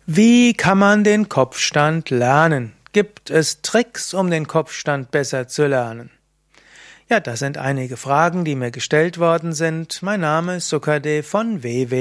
Wie kann man den Kopfstand lernen? Gibt es Tricks, um den Kopfstand besser zu lernen? Ja, das sind einige Fragen, die mir gestellt worden sind. Mein Name ist Sukadev von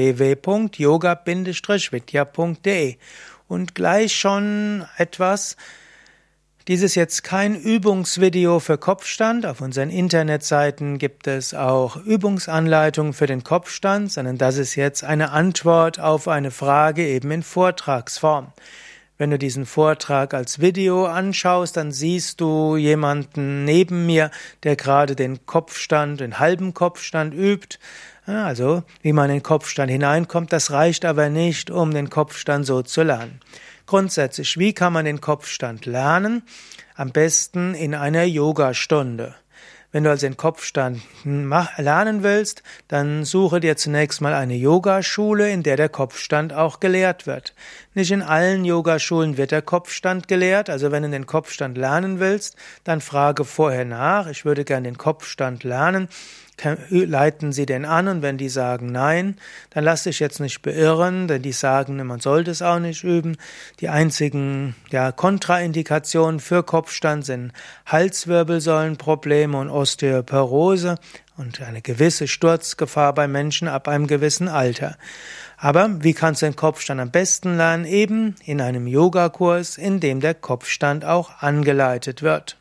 www.yoga-vidya.de und gleich schon etwas. Dies ist jetzt kein Übungsvideo für Kopfstand. Auf unseren Internetseiten gibt es auch Übungsanleitungen für den Kopfstand, sondern das ist jetzt eine Antwort auf eine Frage eben in Vortragsform. Wenn du diesen Vortrag als Video anschaust, dann siehst du jemanden neben mir, der gerade den Kopfstand, den halben Kopfstand übt. Also, wie man in den Kopfstand hineinkommt, das reicht aber nicht, um den Kopfstand so zu lernen. Grundsätzlich, wie kann man den Kopfstand lernen? Am besten in einer Yogastunde. Wenn du also den Kopfstand lernen willst, dann suche dir zunächst mal eine Yogaschule, in der der Kopfstand auch gelehrt wird. Nicht in allen Yogaschulen wird der Kopfstand gelehrt, also wenn du den Kopfstand lernen willst, dann frage vorher nach, ich würde gern den Kopfstand lernen, leiten Sie den an, und wenn die sagen nein, dann lass dich jetzt nicht beirren, denn die sagen, man sollte es auch nicht üben. Die einzigen Kontraindikationen für Kopfstand sind Halswirbelsäulenprobleme und Osteoporose und eine gewisse Sturzgefahr bei Menschen ab einem gewissen Alter. Aber wie kannst du den Kopfstand am besten lernen? Eben in einem Yogakurs, in dem der Kopfstand auch angeleitet wird.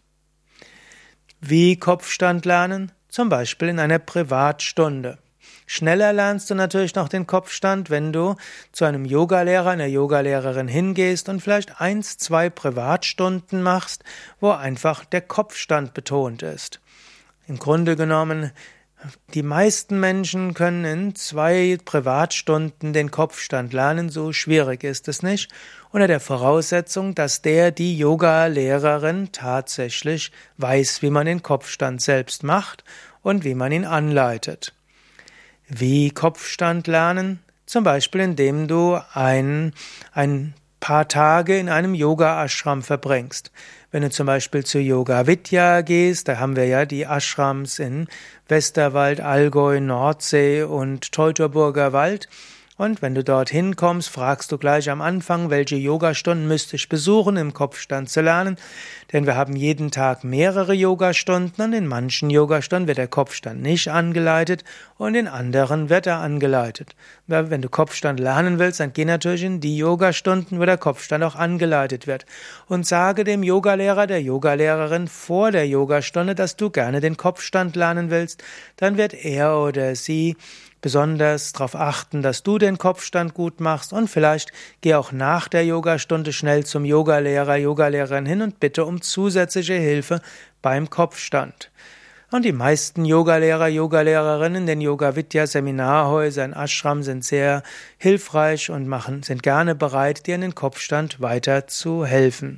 Wie Kopfstand lernen? Zum Beispiel in einer Privatstunde. Schneller lernst du natürlich noch den Kopfstand, wenn du zu einem Yogalehrer, einer Yogalehrerin hingehst und vielleicht 1, 2 Privatstunden machst, wo einfach der Kopfstand betont ist. Im Grunde genommen, die meisten Menschen können in 2 Privatstunden den Kopfstand lernen, so schwierig ist es nicht, unter der Voraussetzung, dass die Yoga-Lehrerin tatsächlich weiß, wie man den Kopfstand selbst macht und wie man ihn anleitet. Wie Kopfstand lernen? Zum Beispiel, indem du ein paar Tage in einem Yoga-Ashram verbringst. Wenn du zum Beispiel zu Yoga Vidya gehst, da haben wir ja die Ashrams in Westerwald, Allgäu, Nordsee und Teutoburger Wald. Und wenn du dorthin kommst, fragst du gleich am Anfang, welche Yogastunden müsste ich besuchen, im Kopfstand zu lernen. Denn wir haben jeden Tag mehrere Yogastunden und in manchen Yogastunden wird der Kopfstand nicht angeleitet und in anderen wird er angeleitet. Wenn du Kopfstand lernen willst, dann geh natürlich in die Yogastunden, wo der Kopfstand auch angeleitet wird. Und sage dem Yogalehrer, der Yogalehrerin vor der Yogastunde, dass du gerne den Kopfstand lernen willst. Dann wird er oder sie besonders darauf achten, dass du den Kopfstand gut machst, und vielleicht geh auch nach der Yogastunde schnell zum Yogalehrer, Yogalehrerin hin und bitte um zusätzliche Hilfe beim Kopfstand. Und die meisten Yogalehrer, Yogalehrerinnen in den Yoga-Vidya-Seminarhäusern, Ashram sind sehr hilfreich und sind gerne bereit, dir in den Kopfstand weiter zu helfen.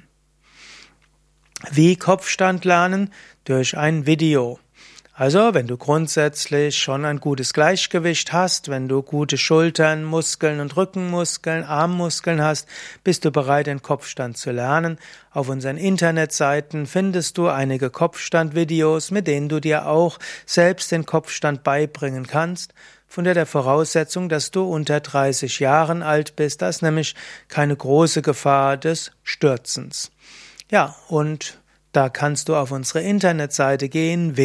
Wie Kopfstand lernen? Durch ein Video. Also, wenn du grundsätzlich schon ein gutes Gleichgewicht hast, wenn du gute Schultern, Muskeln und Rückenmuskeln, Armmuskeln hast, bist du bereit, den Kopfstand zu lernen. Auf unseren Internetseiten findest du einige Kopfstandvideos, mit denen du dir auch selbst den Kopfstand beibringen kannst. Unter der Voraussetzung, dass du unter 30 Jahren alt bist, da ist nämlich keine große Gefahr des Stürzens. Ja, und da kannst du auf unsere Internetseite gehen,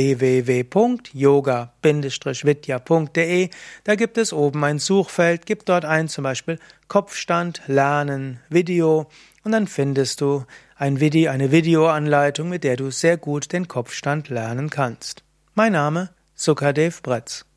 www.yoga-vidya.de. Da gibt es oben ein Suchfeld, gib dort ein zum Beispiel Kopfstand lernen Video, und dann findest du eine Videoanleitung, mit der du sehr gut den Kopfstand lernen kannst. Mein Name: Sukadev Bretz.